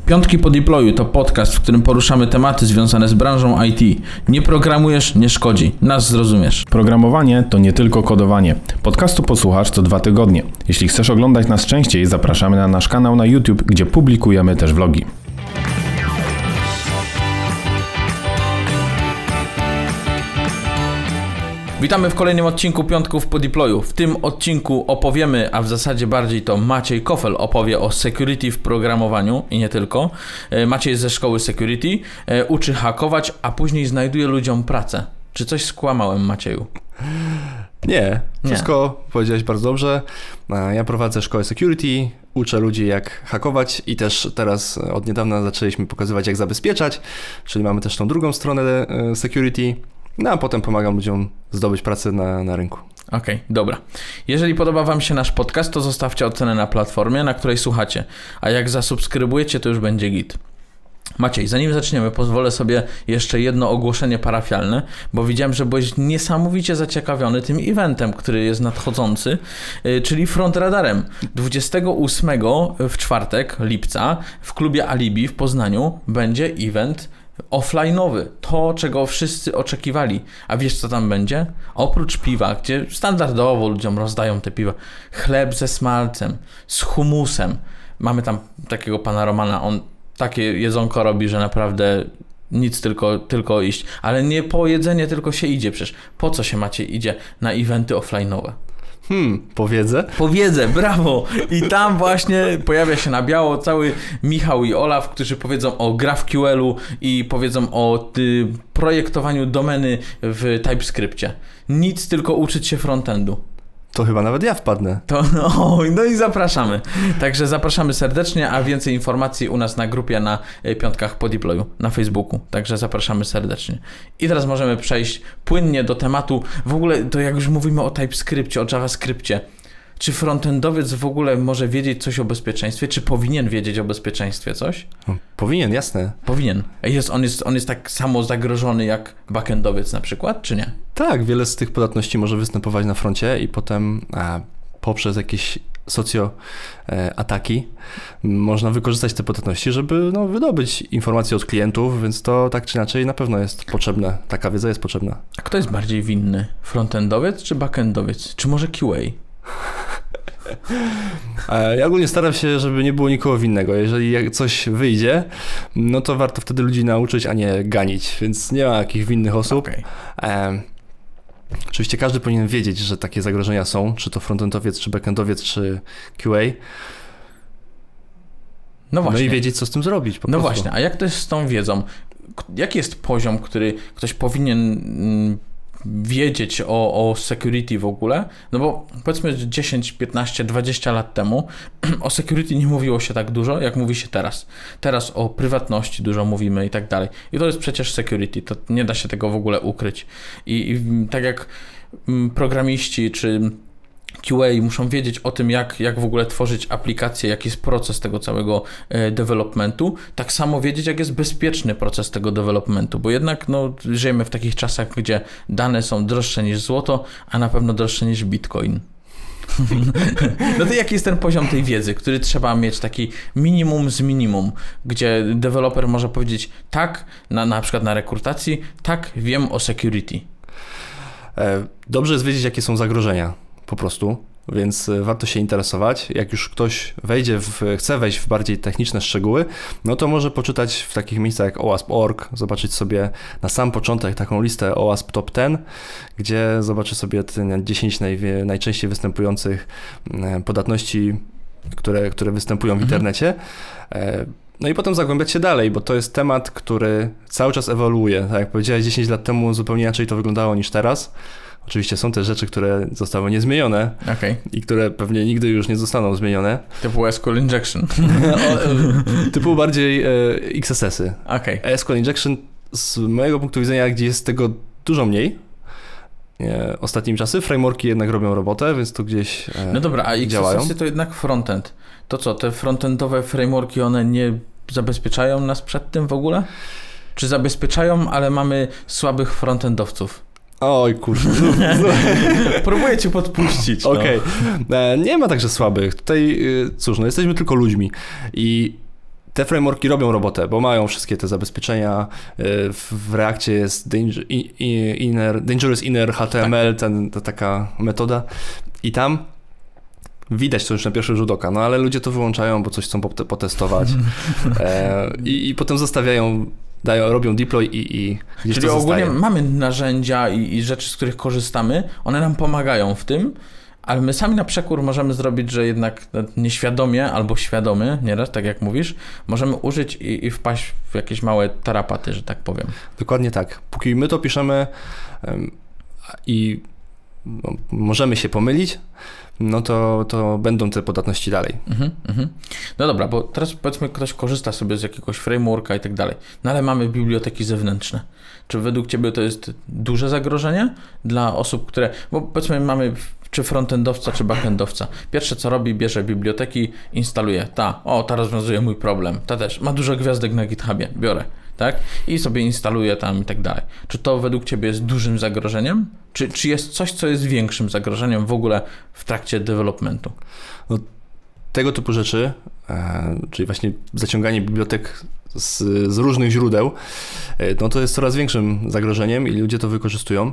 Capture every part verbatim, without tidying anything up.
Piątki po deployu to podcast, w którym poruszamy tematy związane z branżą I T. Nie programujesz, nie szkodzi. Nas zrozumiesz. Programowanie to nie tylko kodowanie. Podcastu posłuchasz co dwa tygodnie. Jeśli chcesz oglądać nas częściej, zapraszamy na nasz kanał na YouTube, gdzie publikujemy też vlogi. Witamy w kolejnym odcinku Piątków po deployu. W tym odcinku opowiemy, a w zasadzie bardziej to Maciej Kofel opowie o security w programowaniu i nie tylko. Maciej jest ze szkoły security, uczy hakować, a później znajduje ludziom pracę. Czy coś skłamałem, Macieju? Nie, wszystko nie. Powiedziałeś bardzo dobrze. Ja prowadzę szkołę security, uczę ludzi jak hakować i też teraz od niedawna zaczęliśmy pokazywać jak zabezpieczać, czyli mamy też tą drugą stronę security. No a potem pomagam ludziom zdobyć pracę na, na rynku. Okej, okay, dobra. Jeżeli podoba Wam się nasz podcast, to zostawcie ocenę na platformie, na której słuchacie. A jak zasubskrybujecie, to już będzie git. Maciej, zanim zaczniemy, pozwolę sobie jeszcze jedno ogłoszenie parafialne, bo widziałem, że byłeś niesamowicie zaciekawiony tym eventem, który jest nadchodzący, czyli Frontradarem. dwudziestego ósmego w czwartek, lipca, w klubie Alibi w Poznaniu będzie event offline'owy, to czego wszyscy oczekiwali. A wiesz co tam będzie? Oprócz piwa, gdzie standardowo ludziom rozdają te piwa, chleb ze smalcem, z humusem. Mamy tam takiego pana Romana, on takie jedzonko robi, że naprawdę nic, tylko, tylko iść. Ale nie po jedzenie, tylko się idzie przecież. Po co się macie idzie na eventy offline'owe? Hmm, po wiedzę? Po wiedzę, brawo! I tam właśnie pojawia się na biało cały Michał i Olaf, którzy powiedzą o GraphQL-u i powiedzą o y, projektowaniu domeny w TypeScriptie. Nic, tylko uczyć się frontendu. To chyba nawet ja wpadnę. To, no, no i zapraszamy. Także zapraszamy serdecznie, a więcej informacji u nas na grupie na Piątkach po deployu na Facebooku. Także zapraszamy serdecznie. I teraz możemy przejść płynnie do tematu. W ogóle to jak już mówimy o TypeScriptie, o JavaScriptie, czy frontendowiec w ogóle może wiedzieć coś o bezpieczeństwie? Czy powinien wiedzieć o bezpieczeństwie coś? Powinien, jasne. Powinien. Jest, on, jest, on jest tak samo zagrożony jak backendowiec na przykład, czy nie? Tak, wiele z tych podatności może występować na froncie i potem a, poprzez jakieś socio e, ataki można wykorzystać te podatności, żeby no, wydobyć informacje od klientów, więc to tak czy inaczej na pewno jest potrzebne. Taka wiedza jest potrzebna. A kto jest bardziej winny? Frontendowiec czy backendowiec? Czy może Q A? Ja ogólnie staram się, żeby nie było nikogo winnego. Jeżeli coś wyjdzie, no to warto wtedy ludzi nauczyć, a nie ganić, więc nie ma takich winnych osób. Okay. E, oczywiście każdy powinien wiedzieć, że takie zagrożenia są, czy to frontendowiec, czy backendowiec, czy Q A. No właśnie. No i wiedzieć, co z tym zrobić po No prostu. właśnie, a jak to jest z tą wiedzą? Jaki jest poziom, który ktoś powinien mm, wiedzieć o, o security w ogóle? No bo powiedzmy dziesięć, piętnaście, dwadzieścia lat temu o security nie mówiło się tak dużo, jak mówi się teraz. Teraz o prywatności dużo mówimy i tak dalej. I to jest przecież security, to nie da się tego w ogóle ukryć. I, i tak jak programiści czy Q A muszą wiedzieć o tym, jak, jak w ogóle tworzyć aplikacje, jaki jest proces tego całego e, developmentu, tak samo wiedzieć, jak jest bezpieczny proces tego developmentu, bo jednak no, żyjemy w takich czasach, gdzie dane są droższe niż złoto, a na pewno droższe niż bitcoin. No to jaki jest ten poziom tej wiedzy, który trzeba mieć, taki minimum z minimum, gdzie deweloper może powiedzieć tak, na, na przykład na rekrutacji, tak, wiem o security. Dobrze jest wiedzieć, jakie są zagrożenia. Po prostu, więc warto się interesować. Jak już ktoś wejdzie w, chce wejść w bardziej techniczne szczegóły, no to może poczytać w takich miejscach jak O A S P kropka org, zobaczyć sobie na sam początek taką listę O A S P Top dziesięć, gdzie zobaczy sobie te dziesięć naj, najczęściej występujących podatności, które, które występują w mhm. internecie. No i potem zagłębiać się dalej, bo to jest temat, który cały czas ewoluuje. Tak jak powiedziałeś, dziesięć lat temu zupełnie inaczej to wyglądało niż teraz. Oczywiście są też rzeczy, które zostały niezmienione okay. i które pewnie nigdy już nie zostaną zmienione. Typu S Q L Injection. Typu bardziej e, X S S-y. Okay. S Q L Injection z mojego punktu widzenia, gdzie jest tego dużo mniej, e, ostatnim czasy, frameworki jednak robią robotę, więc to gdzieś e, No dobra, a X S S-y to jednak frontend. To co, te frontendowe frameworki, one nie zabezpieczają nas przed tym w ogóle? Czy zabezpieczają, ale mamy słabych frontendowców? Oj kurczę. Próbuję cię podpuścić. No. Okej. Okay. Nie ma także słabych. Tutaj, cóż, no jesteśmy tylko ludźmi i te frameworki robią robotę, bo mają wszystkie te zabezpieczenia. W Reakcie jest danger, inner, Dangerous Inner H T M L, tak. ten, ta taka metoda. I tam widać to już na pierwszy rzut oka, no ale ludzie to wyłączają, bo coś chcą potestować. e, i, I potem zostawiają, dają, robią deploy i, i gdzieś Czyli to ogólnie zostaje. mamy narzędzia i, i rzeczy, z których korzystamy, one nam pomagają w tym, ale my sami na przekór możemy zrobić, że jednak nieświadomie albo świadomie, nieraz, tak jak mówisz, możemy użyć i, i wpaść w jakieś małe tarapaty, że tak powiem. Dokładnie tak. Póki my to piszemy um, i no, możemy się pomylić, no to, to będą te podatności dalej. Mhm, mhm. No dobra, bo teraz powiedzmy ktoś korzysta sobie z jakiegoś frameworka i tak dalej, no ale mamy biblioteki zewnętrzne. Czy według Ciebie to jest duże zagrożenie dla osób, które, bo powiedzmy mamy czy frontendowca, czy backendowca. Pierwsze co robi, bierze biblioteki, instaluje. Ta, o, ta rozwiązuje mój problem. Ta też, ma dużo gwiazdek na GitHubie, biorę, tak? I sobie instaluje tam i tak dalej. Czy to według Ciebie jest dużym zagrożeniem? Czy, czy jest coś, co jest większym zagrożeniem w ogóle w trakcie developmentu? No, tego typu rzeczy, e, czyli właśnie zaciąganie bibliotek z, z różnych źródeł, e, no to jest coraz większym zagrożeniem i ludzie to wykorzystują.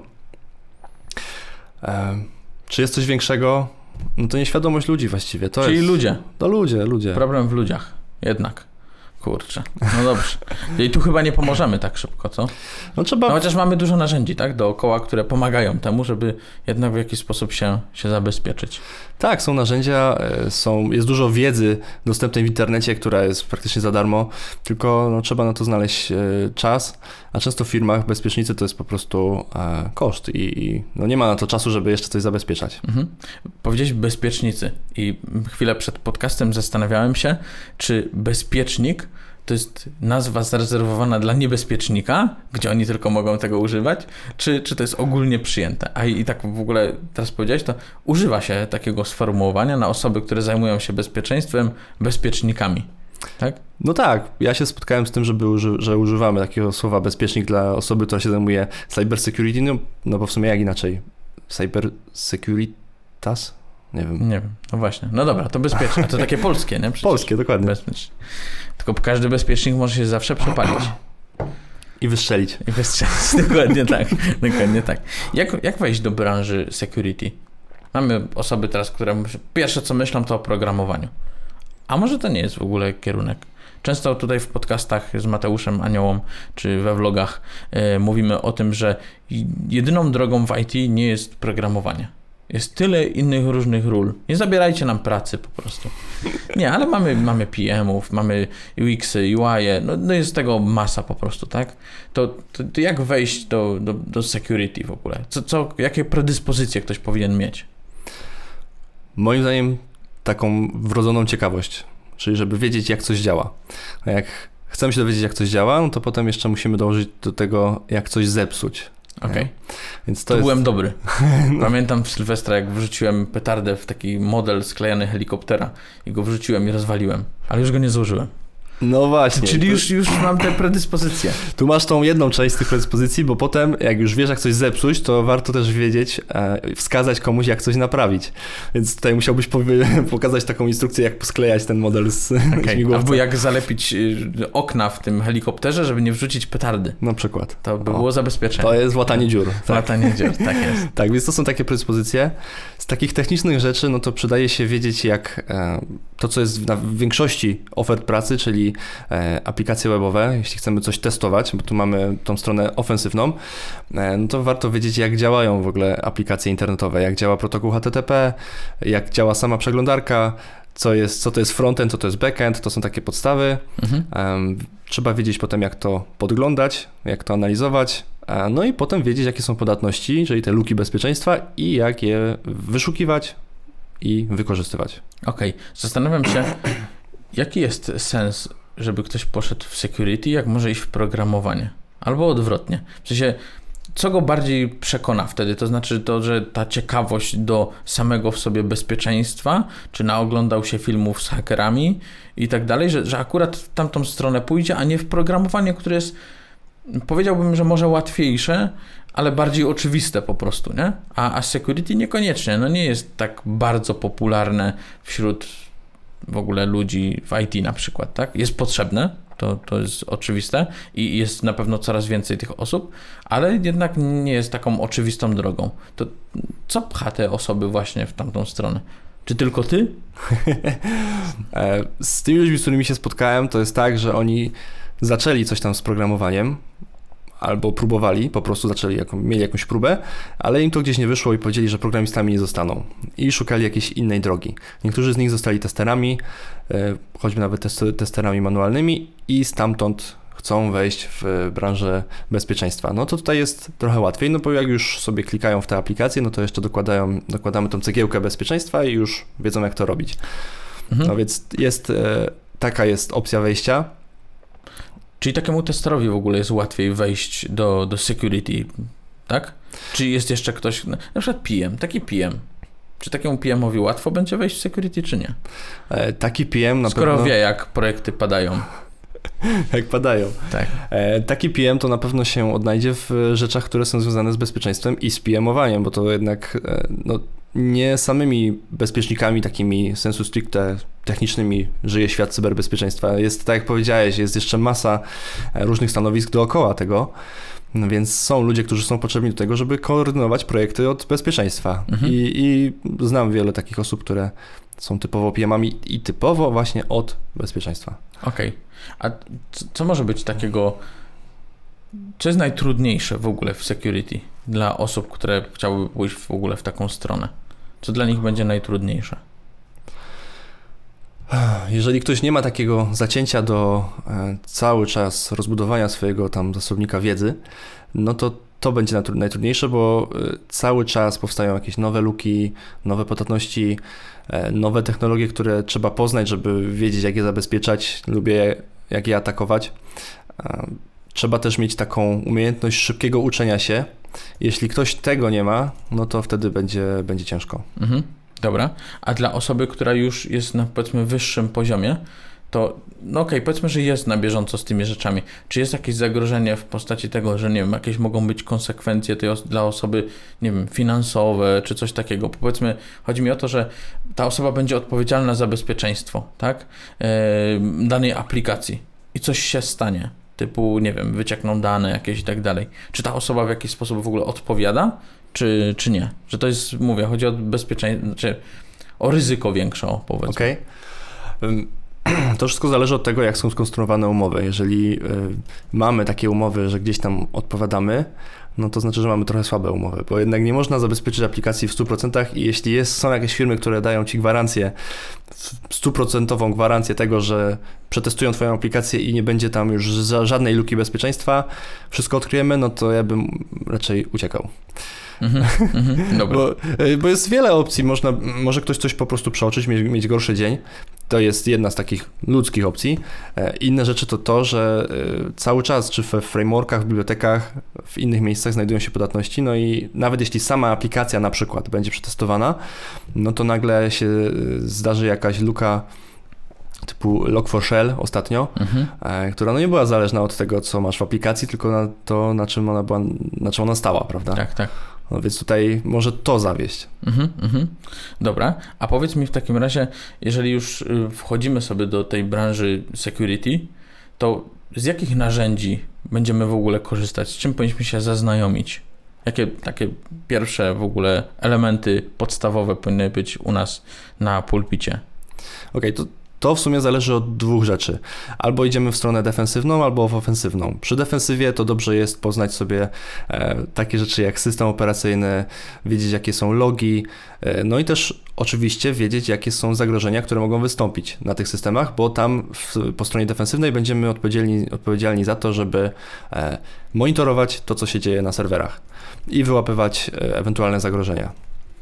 E, Czy jest coś większego? No to nieświadomość ludzi właściwie. To Czyli jest... ludzie. No ludzie, ludzie. Problem w ludziach, jednak. Kurczę, no dobrze. I tu chyba nie pomożemy tak szybko, co? No trzeba... No chociaż mamy dużo narzędzi, tak, dookoła, które pomagają temu, żeby jednak w jakiś sposób się, się zabezpieczyć. Tak, są narzędzia, są, jest dużo wiedzy dostępnej w internecie, która jest praktycznie za darmo, tylko no, trzeba na to znaleźć czas, a często w firmach bezpiecznicy to jest po prostu e, koszt i, i no, nie ma na to czasu, żeby jeszcze coś zabezpieczać. Mhm. Powiedziałeś bezpiecznicy i chwilę przed podcastem zastanawiałem się, czy bezpiecznik to jest nazwa zarezerwowana dla niebezpiecznika, gdzie oni tylko mogą tego używać, czy, czy to jest ogólnie przyjęte? A i, i tak w ogóle teraz powiedziałeś, to używa się takiego sformułowania na osoby, które zajmują się bezpieczeństwem, bezpiecznikami, tak? No tak, ja się spotkałem z tym, żeby uży, że używamy takiego słowa bezpiecznik dla osoby, która się zajmuje cyber security, no, no bo w sumie jak inaczej? Cyber securitas? Nie wiem. Nie wiem, no właśnie. No dobra, to bezpieczne. To takie polskie, nie? Przecież polskie, dokładnie. Bezpieczne. Tylko każdy bezpiecznik może się zawsze przepalić. I wystrzelić. I wystrzelić, dokładnie tak. Dokładnie tak. Jak, jak wejść do branży security? Mamy osoby teraz, które pierwsze co myślą to o programowaniu. A może to nie jest w ogóle kierunek? Często tutaj w podcastach z Mateuszem Aniołą, czy we vlogach yy, mówimy o tym, że jedyną drogą w I T nie jest programowanie. Jest tyle innych różnych ról. Nie zabierajcie nam pracy po prostu. Nie, ale mamy, mamy P M-ów, mamy U X-y, U I-e, no, no jest tego masa po prostu, tak? To, to, to jak wejść do, do, do security w ogóle? Co, co, jakie predyspozycje ktoś powinien mieć? Moim zdaniem taką wrodzoną ciekawość, czyli żeby wiedzieć jak coś działa. A jak chcemy się dowiedzieć jak coś działa, no to potem jeszcze musimy dołożyć do tego jak coś zepsuć. Okej. Okay. Więc to, to jest... byłem dobry. Pamiętam w Sylwestra, jak wrzuciłem petardę w taki model sklejany helikoptera i go wrzuciłem i rozwaliłem, ale już go nie złożyłem. No właśnie. Czyli już, już mam te predyspozycje. Tu masz tą jedną część z tych predyspozycji, bo potem jak już wiesz jak coś zepsuć, to warto też wiedzieć, e, wskazać komuś jak coś naprawić. Więc tutaj musiałbyś powie- pokazać taką instrukcję jak posklejać ten model z okay. śmigłowca. Albo jak zalepić okna w tym helikopterze, żeby nie wrzucić petardy. Na przykład. To by było o, zabezpieczenie. To jest łatanie dziur. Tak. Łatanie dziur, tak jest. Tak, więc to są takie predyspozycje. Z takich technicznych rzeczy, no to przydaje się wiedzieć jak e, to, co jest na większości ofert pracy, czyli e, aplikacje webowe, jeśli chcemy coś testować, bo tu mamy tą stronę ofensywną, e, no to warto wiedzieć, jak działają w ogóle aplikacje internetowe, jak działa protokół H T T P, jak działa sama przeglądarka, co, jest, co to jest frontend, co to jest backend, to są takie podstawy. Mhm. E, trzeba wiedzieć potem, jak to podglądać, jak to analizować, e, no i potem wiedzieć, jakie są podatności, czyli te luki bezpieczeństwa i jak je wyszukiwać i wykorzystywać. Okej, okay. Zastanawiam się, jaki jest sens, żeby ktoś poszedł w security, jak może iść w programowanie? Albo odwrotnie. W sensie, co go bardziej przekona wtedy? To znaczy to, że ta ciekawość do samego w sobie bezpieczeństwa, czy naoglądał się filmów z hakerami i tak dalej, że, że akurat w tamtą stronę pójdzie, a nie w programowanie, które jest, powiedziałbym, że może łatwiejsze, ale bardziej oczywiste po prostu, nie? A, a security niekoniecznie, no nie jest tak bardzo popularne wśród w ogóle ludzi w I T na przykład, tak? Jest potrzebne, to, to jest oczywiste i jest na pewno coraz więcej tych osób, ale jednak nie jest taką oczywistą drogą. To co pcha te osoby właśnie w tamtą stronę? Czy tylko ty? Z tymi ludźmi, z którymi się spotkałem, to jest tak, że oni zaczęli coś tam z programowaniem, albo próbowali, po prostu zaczęli, jaką, mieli jakąś próbę, ale im to gdzieś nie wyszło i powiedzieli, że programistami nie zostaną i szukali jakiejś innej drogi. Niektórzy z nich zostali testerami, choćby nawet testerami manualnymi i stamtąd chcą wejść w branżę bezpieczeństwa. No to tutaj jest trochę łatwiej, no bo jak już sobie klikają w te aplikacje, no to jeszcze dokładają, dokładamy tą cegiełkę bezpieczeństwa i już wiedzą, jak to robić. Mhm. No więc jest, taka jest opcja wejścia. Czyli takiemu testerowi w ogóle jest łatwiej wejść do, do security, tak? Czy jest jeszcze ktoś, na przykład P M, taki P M. Czy takiemu P M-owi łatwo będzie wejść w security, czy nie? E, taki P M na Skoro pewno... wie, jak projekty padają. Jak padają. Tak. E, taki P M to na pewno się odnajdzie w rzeczach, które są związane z bezpieczeństwem i z P M-owaniem, bo to jednak e, no, nie samymi bezpiecznikami takimi sensu stricte technicznymi żyje świat cyberbezpieczeństwa. Jest, tak jak powiedziałeś, jest jeszcze masa różnych stanowisk dookoła tego, no więc są ludzie, którzy są potrzebni do tego, żeby koordynować projekty od bezpieczeństwa. Mhm. I, I znam wiele takich osób, które są typowo P M-ami i typowo właśnie od bezpieczeństwa. Okej. Okay. A co, co może być takiego, co jest najtrudniejsze w ogóle w security dla osób, które chciałyby pójść w ogóle w taką stronę? Co dla nich będzie najtrudniejsze? Jeżeli ktoś nie ma takiego zacięcia do e, cały czas rozbudowania swojego tam zasobnika wiedzy, no to to będzie najtrudniejsze, bo e, cały czas powstają jakieś nowe luki, nowe podatności, e, nowe technologie, które trzeba poznać, żeby wiedzieć, jak je zabezpieczać, lubię jak je atakować. E, trzeba też mieć taką umiejętność szybkiego uczenia się. Jeśli ktoś tego nie ma, no to wtedy będzie, będzie ciężko. Mhm. Dobra, a dla osoby, która już jest na powiedzmy wyższym poziomie, to no okej, okay, powiedzmy, że jest na bieżąco z tymi rzeczami. Czy jest jakieś zagrożenie w postaci tego, że nie wiem, jakieś mogą być konsekwencje tej os- dla osoby, nie wiem, finansowe, czy coś takiego? Powiedzmy, chodzi mi o to, że ta osoba będzie odpowiedzialna za bezpieczeństwo, tak, yy, danej aplikacji i coś się stanie, typu, nie wiem, wyciekną dane jakieś i tak dalej. Czy ta osoba w jakiś sposób w ogóle odpowiada? Czy, czy nie? Że to jest, mówię, chodzi o bezpieczeństwo, znaczy o ryzyko większe, o, powiedzmy. Okej. Okay. To wszystko zależy od tego, jak są skonstruowane umowy. Jeżeli y, mamy takie umowy, że gdzieś tam odpowiadamy, no to znaczy, że mamy trochę słabe umowy, bo jednak nie można zabezpieczyć aplikacji w stu procentach i jeśli jest, są jakieś firmy, które dają ci gwarancję, stuprocentową gwarancję tego, że przetestują twoją aplikację i nie będzie tam już żadnej luki bezpieczeństwa, wszystko odkryjemy, no to ja bym raczej uciekał. Mhm, mhm, dobra. Bo, bo jest wiele opcji, można, może ktoś coś po prostu przeoczyć, mieć, mieć gorszy dzień. To jest jedna z takich ludzkich opcji. Inne rzeczy to to, że cały czas, czy we frameworkach, w bibliotekach, w innych miejscach znajdują się podatności, no i nawet jeśli sama aplikacja na przykład będzie przetestowana, no to nagle się zdarzy jakaś luka typu log four shell ostatnio, mhm. która no nie była zależna od tego, co masz w aplikacji, tylko na to, na czym ona była, na czym ona stała, prawda? Tak, tak. No więc tutaj może to zawieść. Mhm, mhm. Dobra, a powiedz mi w takim razie, jeżeli już wchodzimy sobie do tej branży security, to z jakich narzędzi będziemy w ogóle korzystać? Z czym powinniśmy się zaznajomić? Jakie takie pierwsze w ogóle elementy podstawowe powinny być u nas na pulpicie? Okej, okay, to To w sumie zależy od dwóch rzeczy. Albo idziemy w stronę defensywną, albo w ofensywną. Przy defensywie to dobrze jest poznać sobie e, takie rzeczy jak system operacyjny, wiedzieć jakie są logi, e, no i też oczywiście wiedzieć jakie są zagrożenia, które mogą wystąpić na tych systemach, bo tam w, po stronie defensywnej będziemy odpowiedzialni, odpowiedzialni za to, żeby e, monitorować to, co się dzieje na serwerach i wyłapywać e, ewentualne zagrożenia.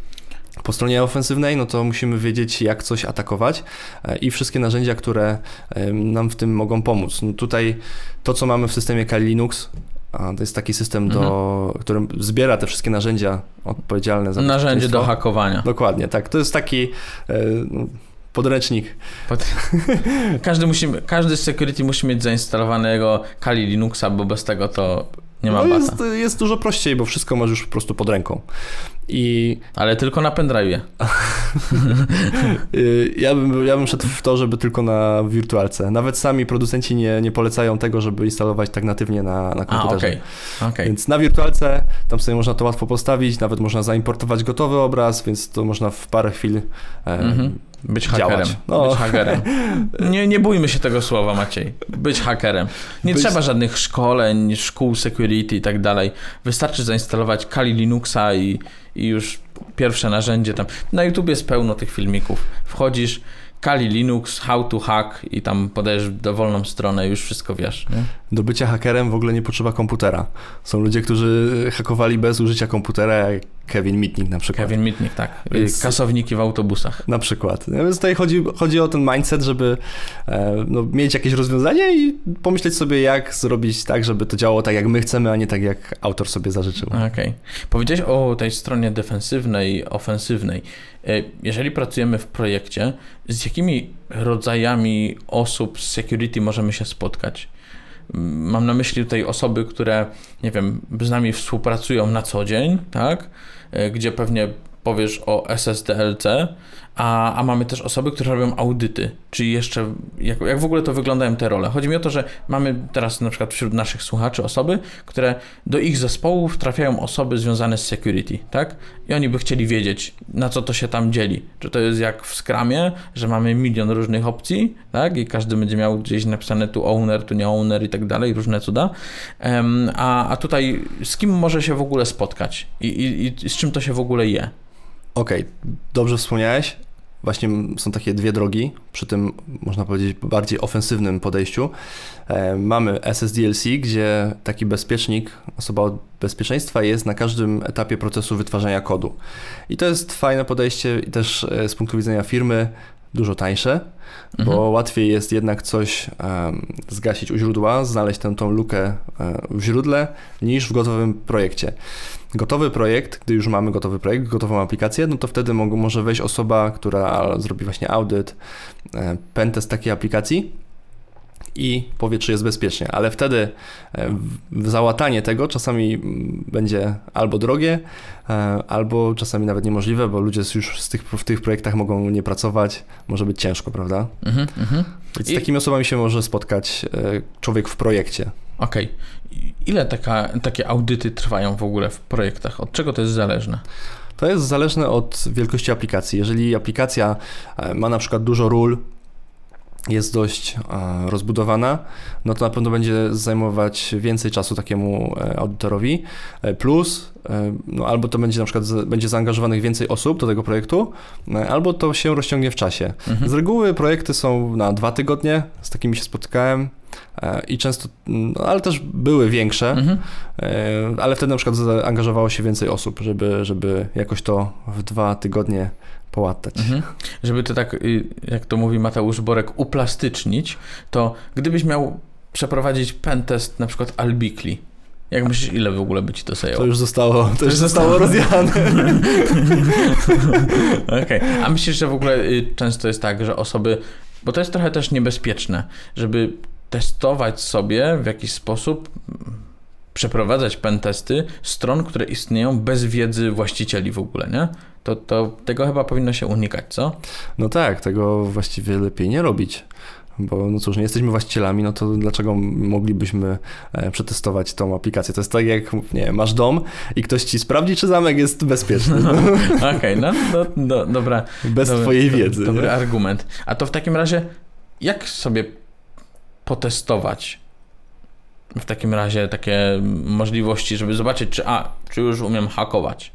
Po stronie ofensywnej, no to musimy wiedzieć, jak coś atakować i wszystkie narzędzia, które nam w tym mogą pomóc. No tutaj to, co mamy w systemie Kali Linux, to jest taki system, mhm. do, który zbiera te wszystkie narzędzia odpowiedzialne za bezpieczeństwo. Narzędzie do hakowania. Dokładnie, tak. To jest taki podręcznik. Pod... każdy, musi, każdy z security musi mieć zainstalowanego Kali Linuxa, bo bez tego to nie ma no bata. Jest, jest dużo prościej, bo wszystko masz już po prostu pod ręką. I... Ale tylko na pendrive'ie. ja, bym, ja bym szedł w to, żeby tylko na wirtualce. Nawet sami producenci nie, nie polecają tego, żeby instalować tak natywnie na, na komputerze. A, okay. Okay. Więc na wirtualce tam sobie można to łatwo postawić, nawet można zaimportować gotowy obraz, więc to można w parę chwil e, mm-hmm. Być działać. hakerem. No. Być hakerem. Nie, nie bójmy się tego słowa, Maciej. Być hakerem. Nie Być... trzeba żadnych szkoleń, szkół security i tak dalej. Wystarczy zainstalować Kali Linuxa i, i już pierwsze narzędzie tam. Na YouTube jest pełno tych filmików. Wchodzisz, Kali Linux, how to hack i tam podajesz dowolną stronę i już wszystko wiesz. Nie? Do bycia hakerem w ogóle nie potrzeba komputera. Są ludzie, którzy hakowali bez użycia komputera, jak Kevin Mitnick na przykład. Kevin Mitnick, tak. Więc... Kasowniki w autobusach. Na przykład. Więc tutaj chodzi, chodzi o ten mindset, żeby e, no, mieć jakieś rozwiązanie i pomyśleć sobie, jak zrobić tak, żeby to działało tak, jak my chcemy, a nie tak, jak autor sobie zażyczył. Okej. Okay. Powiedziałeś o tej stronie defensywnej, ofensywnej. Jeżeli pracujemy w projekcie, z jakimi rodzajami osób z security możemy się spotkać? Mam na myśli tutaj osoby, które, nie wiem, z nami współpracują na co dzień, tak? Gdzie pewnie powiesz o S S D L C, a, a mamy też osoby, które robią audyty, czyli jeszcze, jak, jak w ogóle to wyglądają te role. Chodzi mi o to, że mamy teraz na przykład wśród naszych słuchaczy osoby, które do ich zespołów trafiają osoby związane z security, tak? I oni by chcieli wiedzieć, na co to się tam dzieli. Czy to jest jak w Scrumie, że mamy milion różnych opcji, tak? I każdy będzie miał gdzieś napisane tu owner, tu nie owner i tak dalej, różne cuda. Um, a, a tutaj z kim może się w ogóle spotkać? I, i, i z czym to się w ogóle je? Okej, okay, dobrze wspomniałeś. Właśnie są takie dwie drogi, przy tym można powiedzieć bardziej ofensywnym podejściu. E, mamy S S D L C, gdzie taki bezpiecznik, osoba od bezpieczeństwa jest na każdym etapie procesu wytwarzania kodu. I to jest fajne podejście i też e, z punktu widzenia firmy dużo tańsze, mhm. bo łatwiej jest jednak coś um, zgasić u źródła, znaleźć tę tą lukę um, w źródle, niż w gotowym projekcie. Gotowy projekt, gdy już mamy gotowy projekt, gotową aplikację, no to wtedy mo- może wejść osoba, która zrobi właśnie audyt, e, pentest takiej aplikacji i powie, czy jest bezpiecznie, ale wtedy w załatanie tego czasami będzie albo drogie, albo czasami nawet niemożliwe, bo ludzie już z tych, w tych projektach mogą nie pracować, może być ciężko, prawda? Mm-hmm, mm-hmm. Więc z I... takimi osobami się może spotkać człowiek w projekcie. Okej. Okay. Ile taka, takie audyty trwają w ogóle w projektach? Od czego to jest zależne? To jest zależne od wielkości aplikacji. Jeżeli aplikacja ma na przykład dużo ról, jest dość e, rozbudowana, no to na pewno będzie zajmować więcej czasu takiemu e, audytorowi, e, plus e, no, albo to będzie na przykład z, będzie zaangażowanych więcej osób do tego projektu, e, albo to się rozciągnie w czasie. Mhm. Z reguły projekty są na dwa tygodnie, z takimi się spotkałem e, i często, no, ale też były większe, mhm. e, ale wtedy na przykład zaangażowało się więcej osób, żeby, żeby jakoś to w dwa tygodnie połatać. Mhm. Żeby to tak, jak to mówi Mateusz Borek, uplastycznić, to gdybyś miał przeprowadzić pentest na przykład Albicli, jak myślisz, ile w ogóle by ci to zajęło? To już zostało, to, to już zostało rozjechane. Okej. Okay. A myślisz, że w ogóle często jest tak, że osoby, bo to jest trochę też niebezpieczne, żeby testować sobie w jakiś sposób, przeprowadzać pentesty stron, które istnieją bez wiedzy właścicieli w ogóle, nie? To, to tego chyba powinno się unikać, co? No tak, tego właściwie lepiej nie robić, bo no cóż, nie jesteśmy właścicielami, no to dlaczego moglibyśmy przetestować tą aplikację? To jest tak jak, nie wiem, masz dom i ktoś ci sprawdzi, czy zamek jest bezpieczny. No. Okej, okay, no, no do, dobra. Bez dobry, twojej wiedzy. Dobry nie? argument. A to w takim razie, jak sobie potestować w takim razie takie możliwości, żeby zobaczyć, czy a, czy już umiem hakować?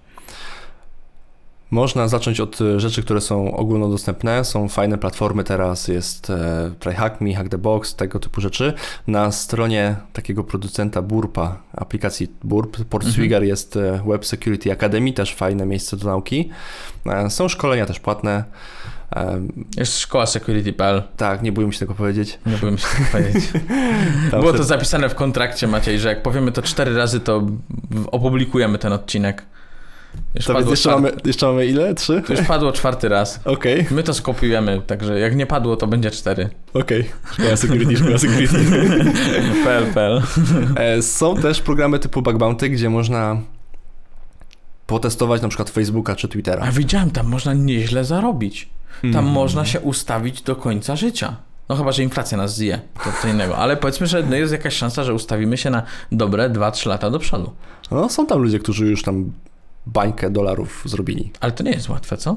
Można zacząć od rzeczy, które są ogólnodostępne. Są fajne platformy teraz, jest e, TryHackMe, Hack the Box, tego typu rzeczy. Na stronie takiego producenta Burpa, aplikacji Burp, Portswigger mhm. jest Web Security Academy, też fajne miejsce do nauki. E, są szkolenia też płatne. Jest szkoła security kropka p l. Tak, nie bójmy się tego powiedzieć. Nie bójmy się tego powiedzieć. Było to zapisane w kontrakcie, Maciej, że jak powiemy to cztery razy, to opublikujemy ten odcinek. Już to więc jeszcze, czwart... mamy, jeszcze mamy ile? Trzy? To już padło czwarty raz. Okej. Okay. My to skopiujemy, także jak nie padło, to będzie cztery. Okej. Okay. Szkoła security, szkoła security. P L, P L. Są też programy typu Bug Bounty, gdzie można potestować na przykład Facebooka czy Twittera. A widziałem, tam można nieźle zarobić. Tam Mm. można się ustawić do końca życia. No chyba, że inflacja nas zje, to co innego. Ale powiedzmy, że no jest jakaś szansa, że ustawimy się na dobre dwa trzy lata do przodu. No, są tam ludzie, którzy już tam bańkę dolarów zrobili. Ale to nie jest łatwe, co?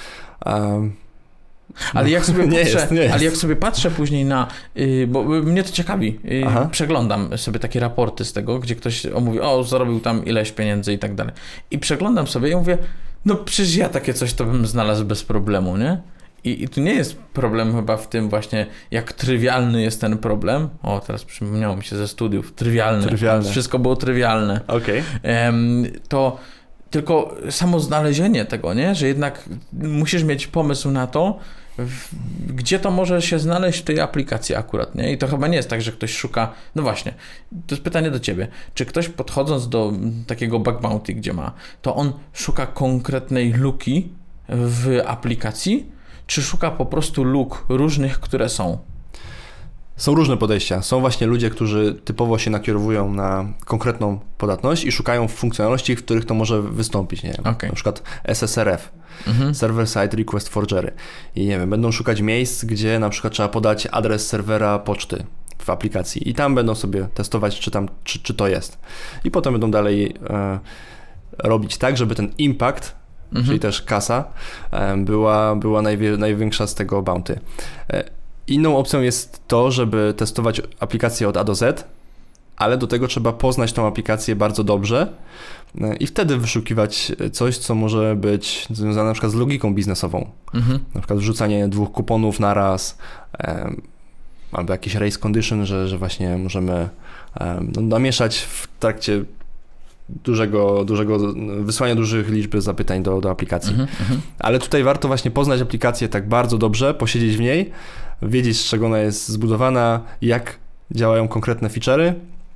Um, Ale jak sobie nie patrzę, jest, nie jest. ale jak sobie patrzę później na, yy, bo mnie to ciekawi, yy, Aha. przeglądam sobie takie raporty z tego, gdzie ktoś mówi, o zarobił tam ileś pieniędzy i tak dalej. I przeglądam sobie i mówię, no przecież ja takie coś to bym znalazł bez problemu, nie? I, I tu nie jest problem chyba w tym właśnie, jak trywialny jest ten problem. O, teraz przypomniało mi się ze studiów, trywialne. Trywialne. Wszystko było trywialne. Okej. Em, to tylko samo znalezienie tego, nie? Że jednak musisz mieć pomysł na to, w, gdzie to może się znaleźć w tej aplikacji akurat, nie? I to chyba nie jest tak, że ktoś szuka... No właśnie, to jest pytanie do ciebie. Czy ktoś podchodząc do takiego bug bounty, gdzie ma, to on szuka konkretnej luki w aplikacji, czy szuka po prostu luk różnych, które są? Są różne podejścia. Są właśnie ludzie, którzy typowo się nakierowują na konkretną podatność i szukają funkcjonalności, w których to może wystąpić. Nie wiem, Okay. Na przykład S S R F, Mhm. Server Side Request Forgery. I nie wiem, będą szukać miejsc, gdzie na przykład trzeba podać adres serwera poczty w aplikacji i tam będą sobie testować, czy, tam, czy, czy to jest. I potem będą dalej e, robić tak, żeby ten impact, Mhm. czyli też kasa, e, była, była najwie, największa z tego bounty. E, Inną opcją jest to, żeby testować aplikację od A do Z, ale do tego trzeba poznać tą aplikację bardzo dobrze i wtedy wyszukiwać coś, co może być związane na przykład z logiką biznesową. Mhm. Na przykład wrzucanie dwóch kuponów na raz, um, albo jakiś race condition, że, że właśnie możemy um, no, namieszać w trakcie dużego, dużego wysłania dużych liczby zapytań do, do aplikacji. Mhm. Mhm. Ale tutaj warto właśnie poznać aplikację tak bardzo dobrze, posiedzieć w niej, wiedzieć, z czego ona jest zbudowana, jak działają konkretne feature'y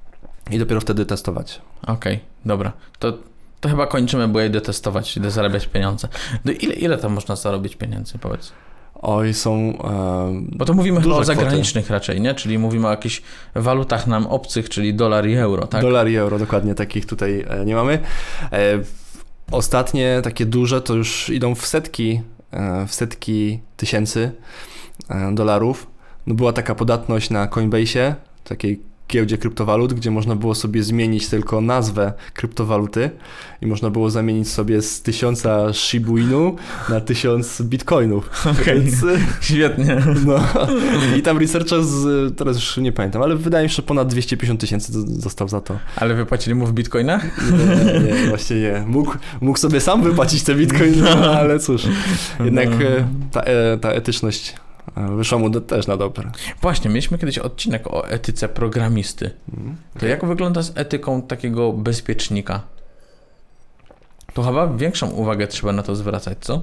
i dopiero wtedy testować. Okej, okay, dobra. To, to chyba kończymy, bo ja idę testować, idę zarabiać pieniądze. No ile, ile tam można zarobić pieniędzy, powiedz? Oj, są um, Bo to mówimy chyba o kwoty. zagranicznych raczej, nie? Czyli mówimy o jakichś walutach nam obcych, czyli dolar i euro, tak? Dolar i euro, dokładnie, takich tutaj e, nie mamy. E, ostatnie takie duże to już idą w setki, e, w setki tysięcy e, dolarów. No była taka podatność na Coinbase'ie, takiej giełdzie kryptowalut, gdzie można było sobie zmienić tylko nazwę kryptowaluty i można było zamienić sobie z tysiąca Shiba Inu na tysiąc bitcoinów. Okej, Więc, świetnie. no, i tam researcher, z, teraz już nie pamiętam, ale wydaje mi się, że ponad dwieście pięćdziesiąt tysięcy został za to. Ale wypłacili mu w bitcoinach? Nie, nie, właśnie nie. Mógł, mógł sobie sam wypłacić te bitcoiny, no, ale cóż, jednak ta, ta etyczność wyszła mu do, też na dobre. Właśnie, mieliśmy kiedyś odcinek o etyce programisty. Mhm. To jak wygląda z etyką takiego bezpiecznika? To chyba większą uwagę trzeba na to zwracać, co?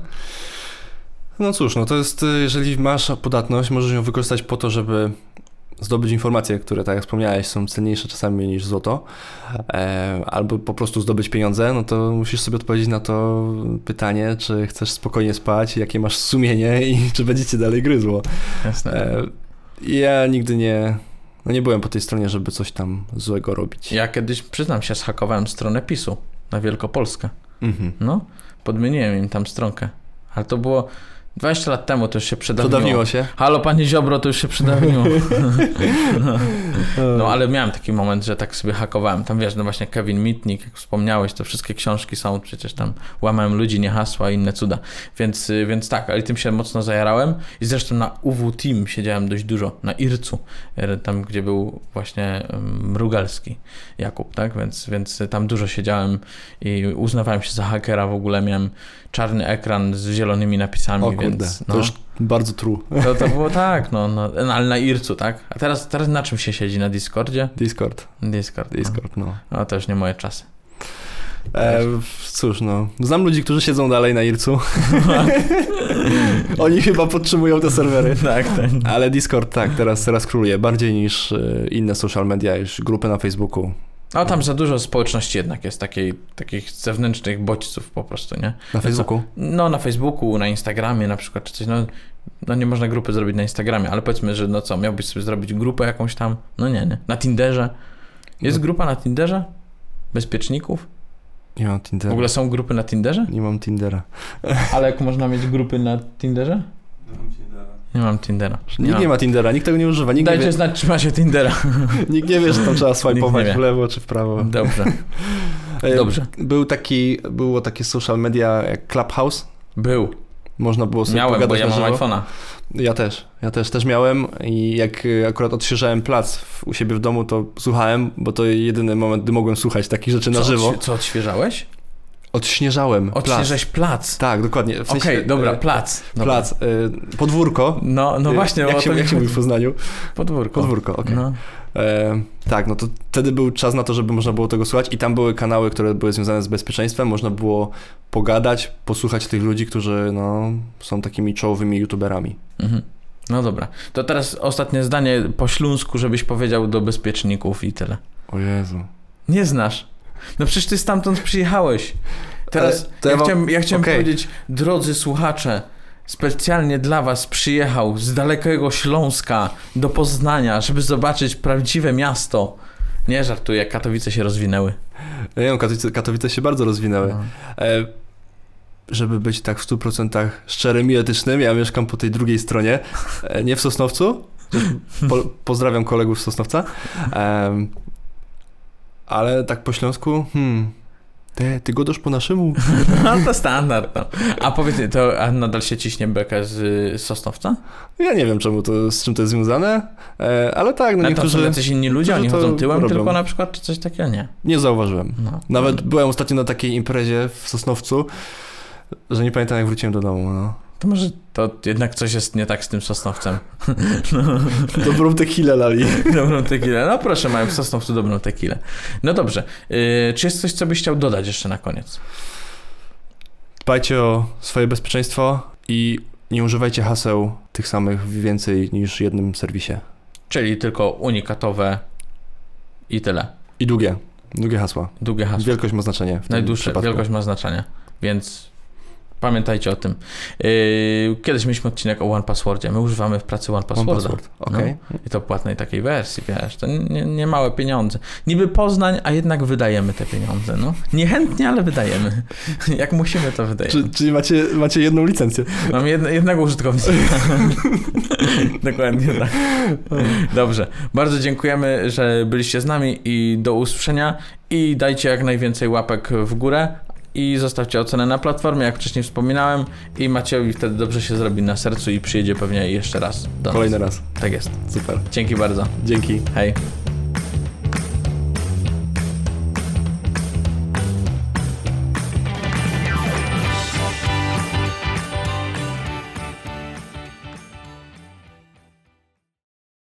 No cóż, no to jest, jeżeli masz podatność, możesz ją wykorzystać po to, żeby zdobyć informacje, które, tak jak wspomniałeś, są cenniejsze czasami niż złoto, e, albo po prostu zdobyć pieniądze, no to musisz sobie odpowiedzieć na to pytanie, czy chcesz spokojnie spać, jakie masz sumienie i czy będzie cię dalej gryzło. Jasne. E, ja nigdy nie, no nie byłem po tej stronie, żeby coś tam złego robić. Ja kiedyś, przyznam się, zhakowałem stronę PiSu na Wielkopolskę. Mhm. No, podmieniłem im tam stronkę. Ale to było dwadzieścia lat temu, to już się przydawniło. Przedawniło się? Halo, panie Ziobro, to już się przydawniło. no. no, ale miałem taki moment, że tak sobie hakowałem. Tam wiesz, no właśnie Kevin Mitnick, jak wspomniałeś, to wszystkie książki są, przecież tam łamałem ludzi, nie hasła i inne cuda. Więc, więc tak, ale tym się mocno zajarałem i zresztą na U W Team siedziałem dość dużo, na Ircu, tam gdzie był właśnie Mrugalski Jakub, tak, więc, więc tam dużo siedziałem i uznawałem się za hakera, w ogóle miałem czarny ekran z zielonymi napisami, o kurde, więc no. To już bardzo true. To, to było tak, no, no, no, ale na Ircu, tak? A teraz, teraz na czym się siedzi? Na Discordzie? Discord. Discord, no. Discord, no. No to już nie moje czasy. E, cóż, no. Znam ludzi, którzy siedzą dalej na Ircu. Oni chyba podtrzymują te serwery. tak, tak. Ale Discord tak, teraz, teraz króluje. Bardziej niż inne social media, już grupy na Facebooku. No tam za dużo społeczności jednak jest takiej, takich zewnętrznych bodźców po prostu, nie? Na Facebooku? No na Facebooku, na Instagramie na przykład, czy coś, no, no nie można grupy zrobić na Instagramie, ale powiedzmy, że no co, miałbyś sobie zrobić grupę jakąś tam? No nie, nie. Na Tinderze? Jest no. grupa na Tinderze? Bezpieczników? Nie mam W Tindera. ogóle są grupy na Tinderze? Nie mam Tindera. Ale jak można mieć grupy na Tinderze? Nie mam Tindera. Nie Nikt mam. nie ma Tindera, nikt tego nie używa. Nikt Dajcie nie wie, znać, czy macie Tindera. nikt nie wie, że tam trzeba Nikt nie swajpować wie. w lewo czy w prawo. Dobrze. E, Dobrze. Był taki, było takie social media jak Clubhouse. Był. Można było sobie Miałem, bo pogadać ja na mam żywo. iPhone'a. Ja też, ja też, też miałem i jak y, akurat odświeżałem plac w, u siebie w domu, to słuchałem, bo to jedyny moment, gdy mogłem słuchać takich rzeczy na Co, żywo. odświe- co odświeżałeś? Odśnieżałem plac. Odświeżałeś plac. Tak, dokładnie. W Okej, sensie, dobra, y, plac. Dobra. Plac, y, podwórko. No, no Y, właśnie. jak o się, to mi jak się mówi w chodzi. Poznaniu? Podwórko. Podwórko, okej. No. E, tak, no to wtedy był czas na to, żeby można było tego słuchać i tam były kanały, które były związane z bezpieczeństwem, można było pogadać, posłuchać tych ludzi, którzy no, są takimi czołowymi youtuberami. Mhm. No dobra. To teraz ostatnie zdanie po śląsku, żebyś powiedział do bezpieczników i tyle. O Jezu. Nie znasz. No przecież ty stamtąd przyjechałeś. Teraz Ale to ja, ja wam- chciałem, ja chciałem okej. powiedzieć, drodzy słuchacze, specjalnie dla was przyjechał z dalekiego Śląska do Poznania, żeby zobaczyć prawdziwe miasto. Nie żartuję, Katowice się rozwinęły. Ja wiem, Katowice, Katowice się bardzo rozwinęły. No. E, żeby być tak w stu procentach szczerym i etycznym, ja mieszkam po tej drugiej stronie, e, nie w Sosnowcu. Po, pozdrawiam kolegów z Sosnowca. E, ale tak po śląsku, hmm, ty, ty godasz po naszemu? No to standard. No. A powiedz, to a nadal się ciśnie bekę z y, Sosnowca? Ja nie wiem, czemu to, z czym to jest związane, e, ale tak, no No niektórzy... to są jacyś inni ludzie, oni niektórzy to chodzą tyłem robią. tylko na przykład, czy coś takiego? Nie. Nie zauważyłem. No. Nawet byłem ostatnio na takiej imprezie w Sosnowcu, że nie pamiętam, jak wróciłem do domu, no. To może to jednak coś jest nie tak z tym Sosnowcem. Dobrą tequilę lali. Dobrą tequilę. No proszę, mają w Sosnowcu dobrą tequilę. No dobrze. Yy, czy jest coś, co byś chciał dodać jeszcze na koniec? Dbajcie o swoje bezpieczeństwo i nie używajcie haseł tych samych w więcej niż jednym serwisie. Czyli tylko unikatowe i tyle. I długie, długie hasła. Długie hasło. Wielkość ma znaczenie w tym Najdłuższe, przypadku. wielkość ma znaczenie, więc pamiętajcie o tym. Yy, kiedyś mieliśmy odcinek o OnePasswordzie. My używamy w pracy OnePassworda. Password, okej. No. I to płatnej takiej wersji, wiesz, to nie, nie małe pieniądze. Niby Poznań, a jednak wydajemy te pieniądze, no. Niechętnie, ale wydajemy. Jak musimy, to wydajemy. Czy, czyli macie, macie jedną licencję. Mam jedno, jednego użytkownika. Dokładnie tak. Dobrze. Bardzo dziękujemy, że byliście z nami i do usłyszenia i dajcie jak najwięcej łapek w górę i zostawcie ocenę na platformie, jak wcześniej wspominałem i Maciejowi wtedy dobrze się zrobi na sercu i przyjedzie pewnie jeszcze raz do Kolejny nas. raz. Tak jest. Super. Dzięki bardzo. Dzięki. Hej.